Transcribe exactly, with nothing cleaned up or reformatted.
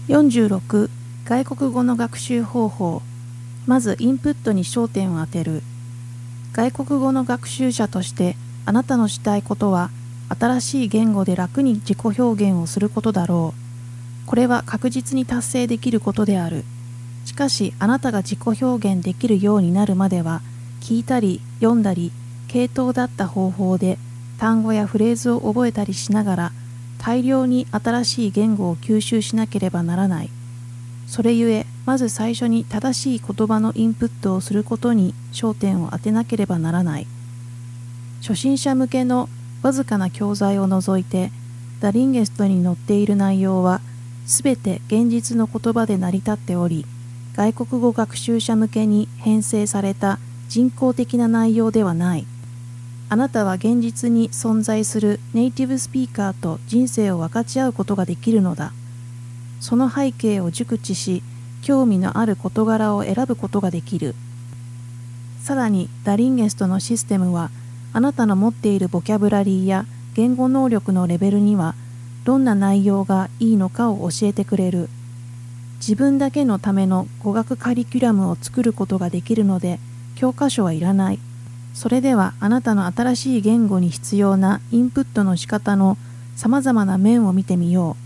よんじゅうろく外国語の学習方法。まずインプットに焦点を当てる。外国語の学習者としてあなたのしたいことは新しい言語で楽に自己表現をすることだろう。これは確実に達成できることである。しかしあなたが自己表現できるようになるまでは聞いたり読んだり系統だった方法で単語やフレーズを覚えたりしながら大量に新しい言語を吸収しなければならない。それゆえ、まず最初に正しい言葉のインプットをすることに焦点を当てなければならない。初心者向けのわずかな教材を除いて、ダリンゲストに載っている内容は、すべて現実の言葉で成り立っており、外国語学習者向けに編成された人工的な内容ではない。あなたは現実に存在するネイティブスピーカーと人生を分かち合うことができるのだ。その背景を熟知し、興味のある事柄を選ぶことができる。さらに、ダリンゲストのシステムは、あなたの持っているボキャブラリーや言語能力のレベルには、どんな内容がいいのかを教えてくれる。自分だけのための語学カリキュラムを作ることができるので、教科書はいらない。それではあなたの新しい言語に必要なインプットの仕方の様々な面を見てみよう。